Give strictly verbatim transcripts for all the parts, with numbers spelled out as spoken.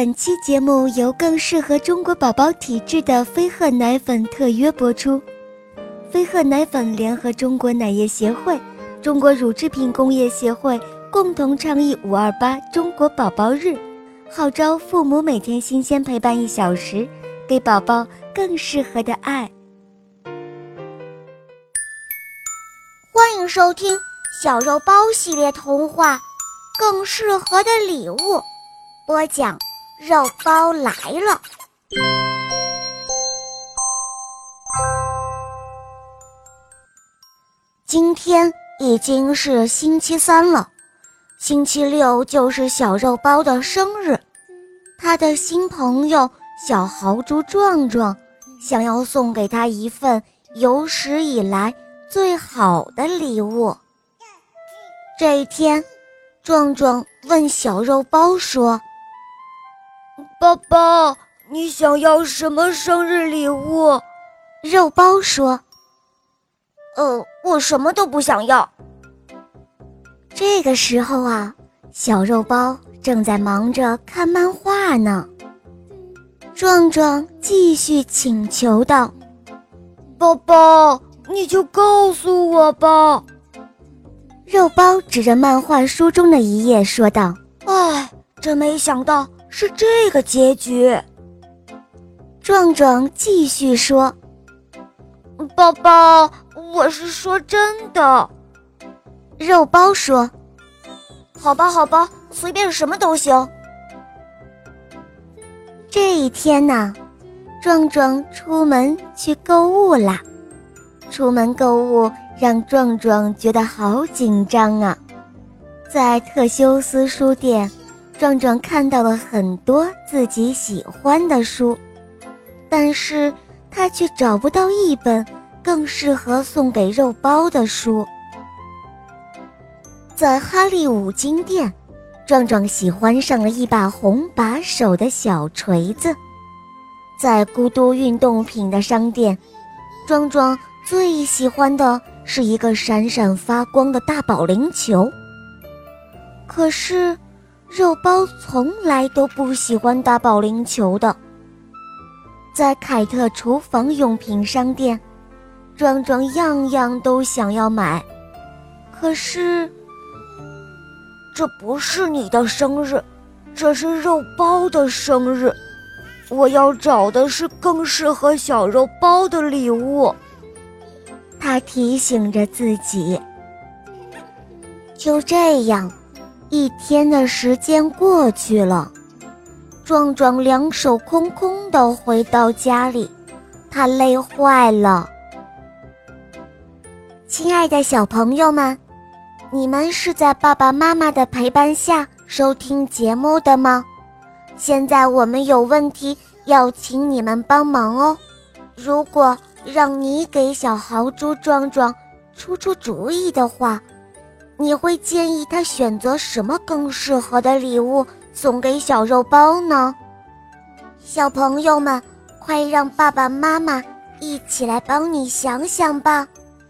本期节目由更适合中国宝宝体质的飞鹤奶粉特约播出。飞鹤奶粉联合中国奶业协会、中国乳制品工业协会共同倡议五二八中国宝宝日，号召父母每天新鲜陪伴一小时，给宝宝更适合的爱。 欢迎收听小肉包系列童话《更适合的礼物》，播讲肉包来了。今天已经是星期三了，星期六就是小肉包的生日。他的新朋友小豪猪壮壮想要送给他一份有史以来最好的礼物。这一天，壮壮问小肉包说： 爸爸，你想要什么生日礼物？ 肉包说：呃，我什么都不想要。这个时候啊，小肉包正在忙着看漫画呢。壮壮继续请求道： 爸爸，你就告诉我吧。 肉包指着漫画书中的一页说道： 唉，真没想到是这个结局。 壮壮继续说： 爸爸，我是说真的。 肉包说： 好吧好吧，随便什么都行。 这一天呢，壮壮出门去购物啦。出门购物让壮壮觉得好紧张啊。在特修斯书店，壮壮看到了很多自己喜欢的书，但是他却找不到一本更适合送给肉包的书。在哈利五金店，壮壮喜欢上了一把红把手的小锤子。在咕嘟运动品的商店，壮壮最喜欢的是一个闪闪发光的大保龄球。可是肉包从来都不喜欢大保龄球的。在凯特厨房用品商店，壮壮样样都想要买，可是这不是你的生日，这是肉包的生日，我要找的是更适合小肉包的礼物。 他提醒着自己。就这样，一天的时间过去了，壮壮两手空空地回到家里，他累坏了。亲爱的小朋友们，你们是在爸爸妈妈的陪伴下收听节目的吗？现在我们有问题要请你们帮忙哦。如果让你给小豪猪壮壮出出主意的话，你会建议他选择什么更适合的礼物送给小肉包呢？小朋友们，快让爸爸妈妈一起来帮你想想吧。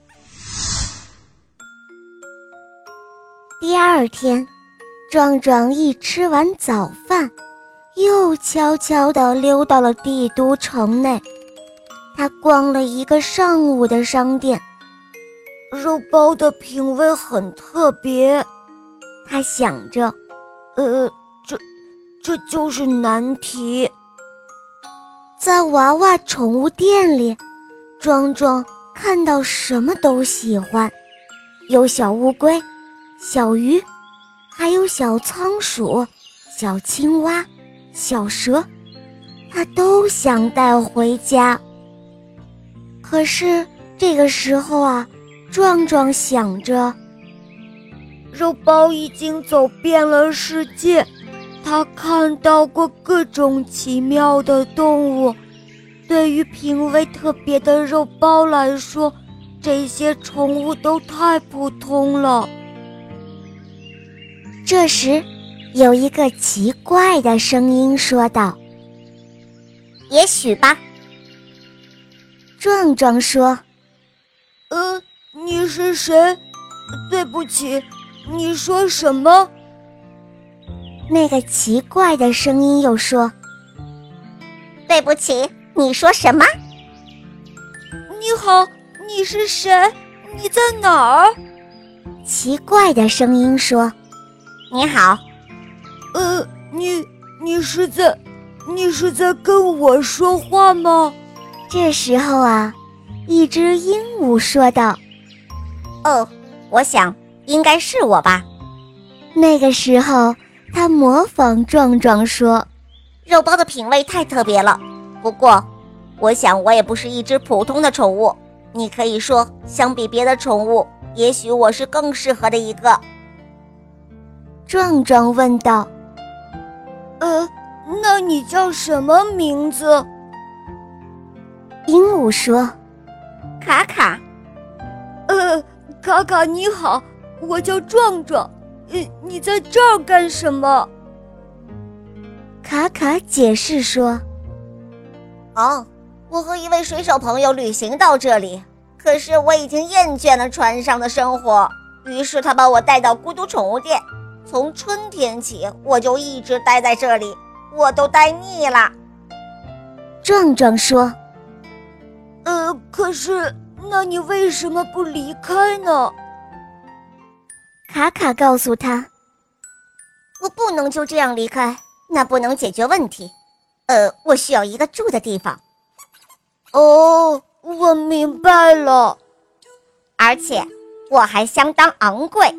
第二天，壮壮一吃完早饭，又悄悄地溜到了帝都城内。他逛了一个上午的商店。 肉包的品味很特别， 他想着， 呃，这这就是难题。 在娃娃宠物店里，壮壮看到什么都喜欢，有小乌龟、小鱼，还有小仓鼠、小青蛙、小蛇，他都想带回家。可是这个时候啊，壮壮想着， 肉包已经走遍了世界，他看到过各种奇妙的动物，对于品味特别的肉包来说，这些宠物都太普通了。 这时有一个奇怪的声音说道：也许吧。壮壮说： 呃，你是谁？对不起，你说什么？ 那个奇怪的声音又说： 对不起，你说什么？ 你好，你是谁？你在哪儿？ 奇怪的声音说： 你好。 呃，你你是在你是在跟我说话吗？ 这时候啊，一只鹦鹉说道： 哦，我想应该是我吧。 那个时候他模仿壮壮说： 肉包的品味太特别了，不过我想我也不是一只普通的宠物，你可以说相比别的宠物，也许我是更适合的一个。 壮壮问道： 呃，那你叫什么名字？ 鹦鹉说： 卡卡。 呃，卡卡你好，我叫壮壮，呃，你在这儿干什么？ 卡卡解释说： 哦，我和一位水手朋友旅行到这里，可是我已经厌倦了船上的生活，于是他把我带到孤独宠物店。从春天起，我就一直待在这里，我都待腻了。 壮壮说： 呃，可是，那你为什么不离开呢？ 卡卡告诉他： 我不能就这样离开，那不能解决问题。呃，我需要一个住的地方。 哦，我明白了。 而且，我还相当昂贵。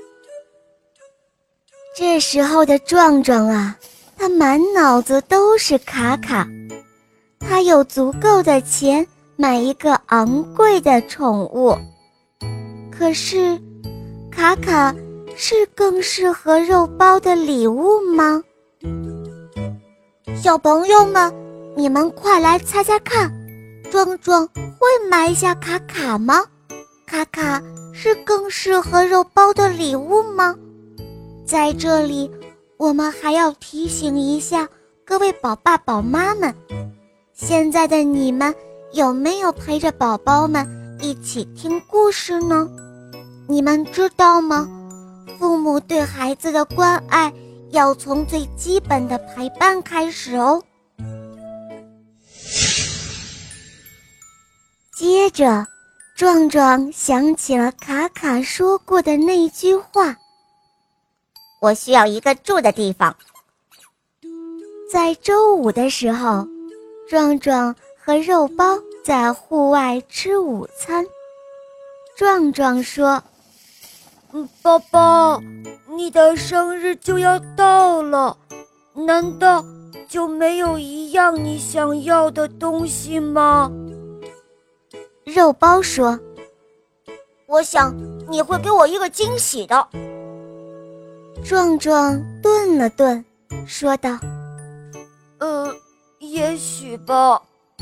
这时候的壮壮啊，他满脑子都是卡卡，他有足够的钱买一个昂贵的宠物。可是，卡卡是更适合肉包的礼物吗？小朋友们，你们快来猜猜看，壮壮会买下卡卡吗？卡卡是更适合肉包的礼物吗？在这里，我们还要提醒一下各位宝爸宝妈们，现在的你们有没有陪着宝宝们一起听故事呢？你们知道吗？父母对孩子的关爱要从最基本的陪伴开始哦。接着，壮壮想起了卡卡说过的那句话： 我需要一个住的地方。 在周五的时候，壮壮和肉包在户外吃午餐。壮壮说： 嗯，宝宝，你的生日就要到了，难道就没有一样你想要的东西吗？ 肉包说： 我想你会给我一个惊喜的。 壮壮顿了顿，说道： 呃，也许吧。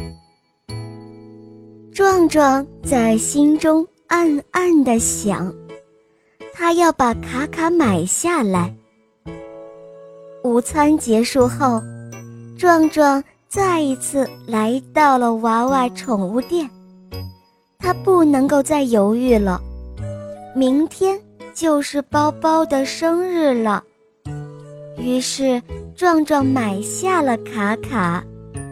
壮壮在心中暗暗地想，他要把卡卡买下来。午餐结束后，壮壮再一次来到了娃娃宠物店。他不能够再犹豫了，明天就是包包的生日了。于是壮壮买下了卡卡。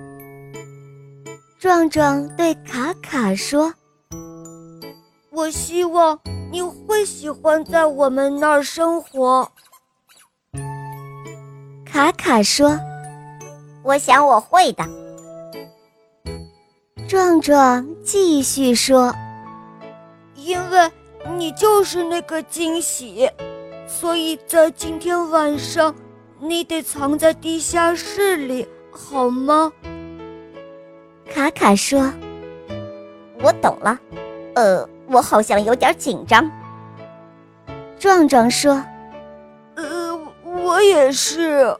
壮壮对卡卡说： 我希望你会喜欢在我们那儿生活。 卡卡说： 我想我会的。 壮壮继续说： 因为你就是那个惊喜，所以在今天晚上你得藏在地下室里，好吗？ 卡卡说： 我懂了。呃，我好像有点紧张。 壮壮说： 呃，我也是。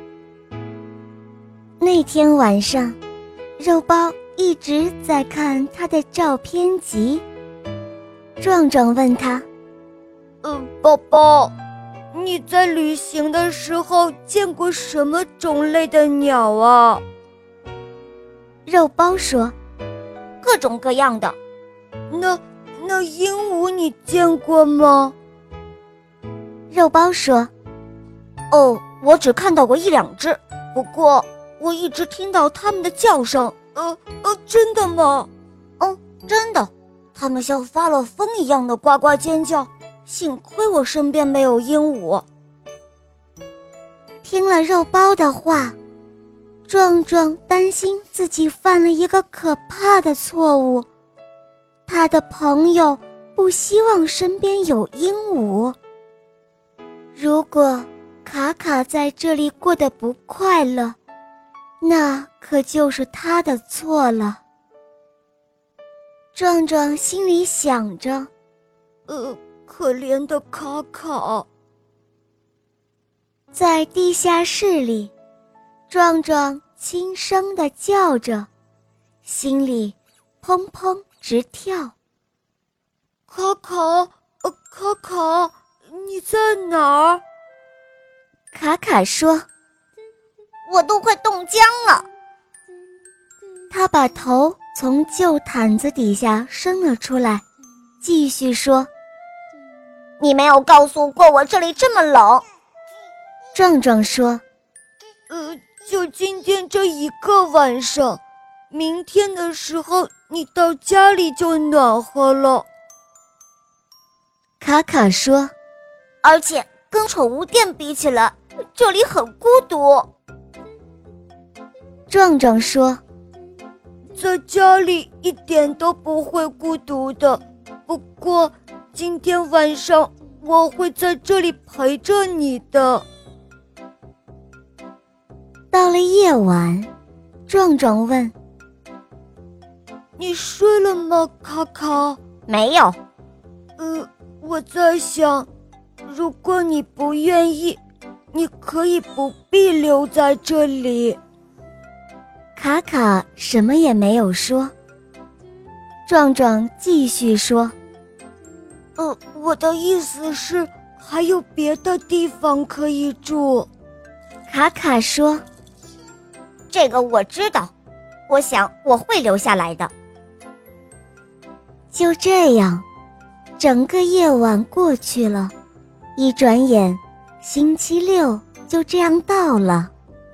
那天晚上，肉包一直在看他的照片集。壮壮问他： 呃，宝宝，你在旅行的时候见过什么种类的鸟啊？ 肉包说： 各种各样的。 那那鹦鹉你见过吗？ 肉包说： 哦， 我只看到过一两只，不过我一直听到它们的叫声。呃呃，真的吗？嗯，真的，它们像发了疯一样的呱呱尖叫。幸亏我身边没有鹦鹉。 听了肉包的话，壮壮担心自己犯了一个可怕的错误。他的朋友不希望身边有鹦鹉。如果卡卡在这里过得不快乐，那可就是他的错了。壮壮心里想着， 呃，可怜的卡卡。 在地下室里，壮壮轻声地叫着，心里砰砰直跳。 卡卡，呃，卡卡，你在哪儿？ 卡卡说：“ 我都快冻僵了。” 他把头从旧毯子底下伸了出来，继续说：“ 你没有告诉过我这里这么冷。” 壮壮说：“ 呃，就今天这一个晚上，明天的时候你到家里就暖和了。” 卡卡说：“ 而且跟宠物店比起来，这里很孤独。” 壮壮说：“ 在家里一点都不会孤独的，不过今天晚上我会在这里陪着你的。” 到了夜晚，壮壮问：“ 你睡了吗，卡卡？”“ 没有。”“ 呃，我在想，如果你不愿意，你可以不必留在这里。” 卡卡什么也没有说。壮壮继续说：“ 呃，我的意思是，还有别的地方可以住。” 卡卡说：“ 这个我知道，我想我会留下来的。” 就这样，整个夜晚过去了，一转眼，星期六就这样到了。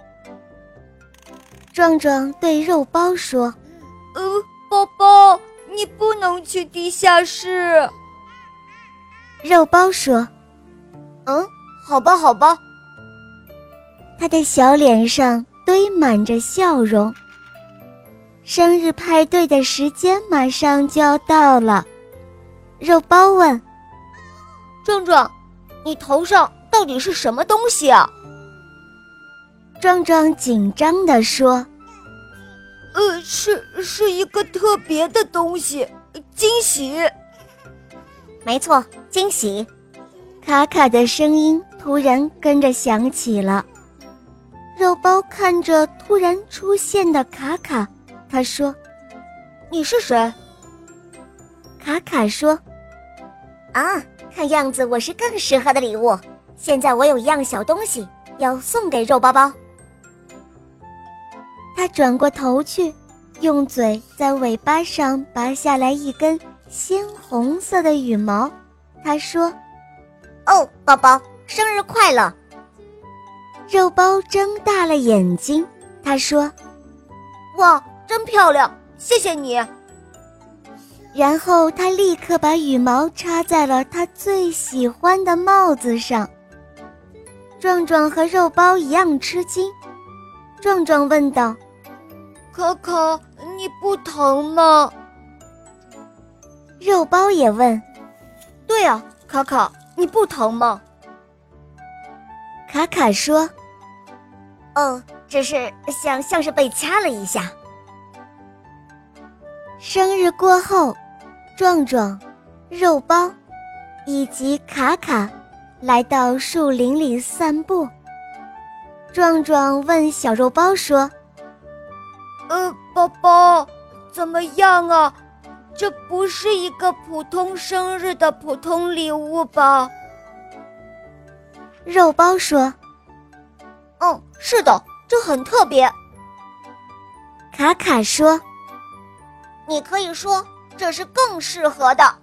壮壮对肉包说：“ 呃，宝宝，你不能去地下室。” 肉包说：“ 嗯，好吧，好吧。” 他的小脸上堆满着笑容。生日派对的时间马上就要到了。肉包问：“ 壮壮，你头上到底是什么东西啊？” 壮壮紧张地说：“ 呃，是是一个特别的东西，惊喜。”“ 没错，惊喜。” 卡卡的声音突然跟着响起了。肉包看着突然出现的卡卡，他说：“ 你是谁？” 卡卡说：“ 啊，看样子我是更适合的礼物。现在我有一样小东西要送给肉包包。” 他转过头去，用嘴在尾巴上拔下来一根鲜红色的羽毛。他说：“ 哦，宝宝，生日快乐！” 肉包睁大了眼睛，他说：“ 哇，真漂亮，谢谢你。” 然后他立刻把羽毛插在了他最喜欢的帽子上。壮壮和肉包一样吃惊。壮壮问道：“ 卡卡，你不疼吗？” 肉包也问：“ 对啊，卡卡，你不疼吗？” 卡卡说：“ 哦，只是像像是被掐了一下。” 生日过后，壮壮、肉包以及卡卡来到树林里散步。壮壮问小肉包说：“ 呃，宝宝，怎么样啊？这不是一个普通生日的普通礼物吧？” 肉包说：“ 嗯，是的，这很特别。” 卡卡说：“ 你可以说这是更适合的。”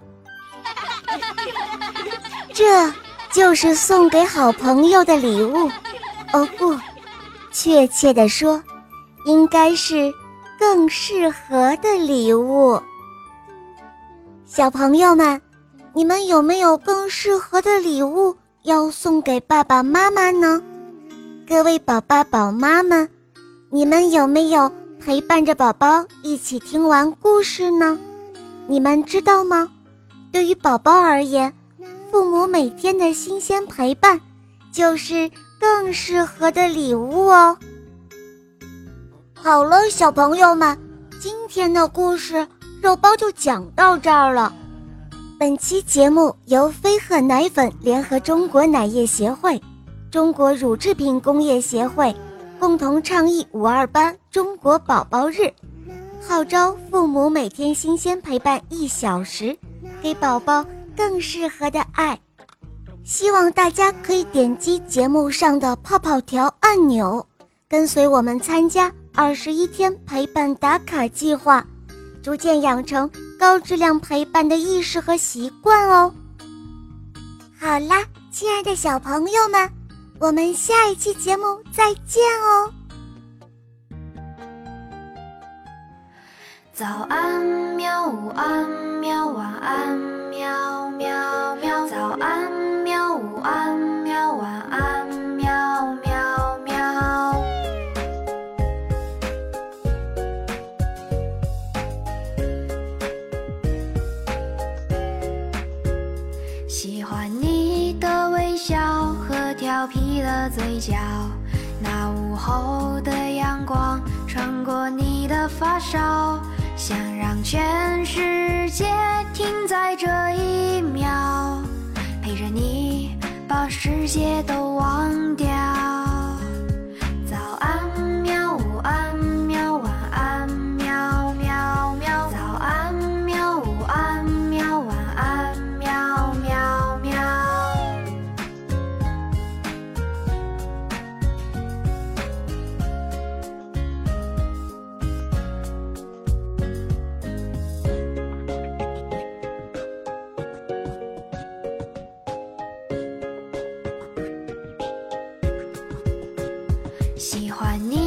这就是送给好朋友的礼物。 哦不，确切地说，应该是更适合的礼物。小朋友们，你们有没有更适合的礼物要送给爸爸妈妈呢？各位宝爸宝妈们，你们有没有陪伴着宝宝一起听完故事呢？你们知道吗？对于宝宝而言，父母每天的新鲜陪伴就是更适合的礼物哦。好了，小朋友们，今天的故事肉包就讲到这儿了。本期节目由飞鹤奶粉联合中国奶业协会、中国乳制品工业协会共同倡议五二八中国宝宝日，号召父母每天新鲜陪伴一小时，给宝宝更适合的爱。希望大家可以点击节目上的泡泡条按钮，跟随我们参加二十一天陪伴打卡计划，逐渐养成高质量陪伴的意识和习惯哦。好啦，亲爱的小朋友们，我们下一期节目再见哦。 早安喵，午安喵，晚安喵喵喵。早安喵，午安喵，晚安喵喵喵。喜欢你的微笑和调皮的嘴角，那午后的阳光穿过你的发梢，想让全世界停在这一秒，陪着你把世界都忘掉。早安喵，午安喵，晚安喵喵喵。早安喵，午安喵，晚安喵喵喵。喜欢你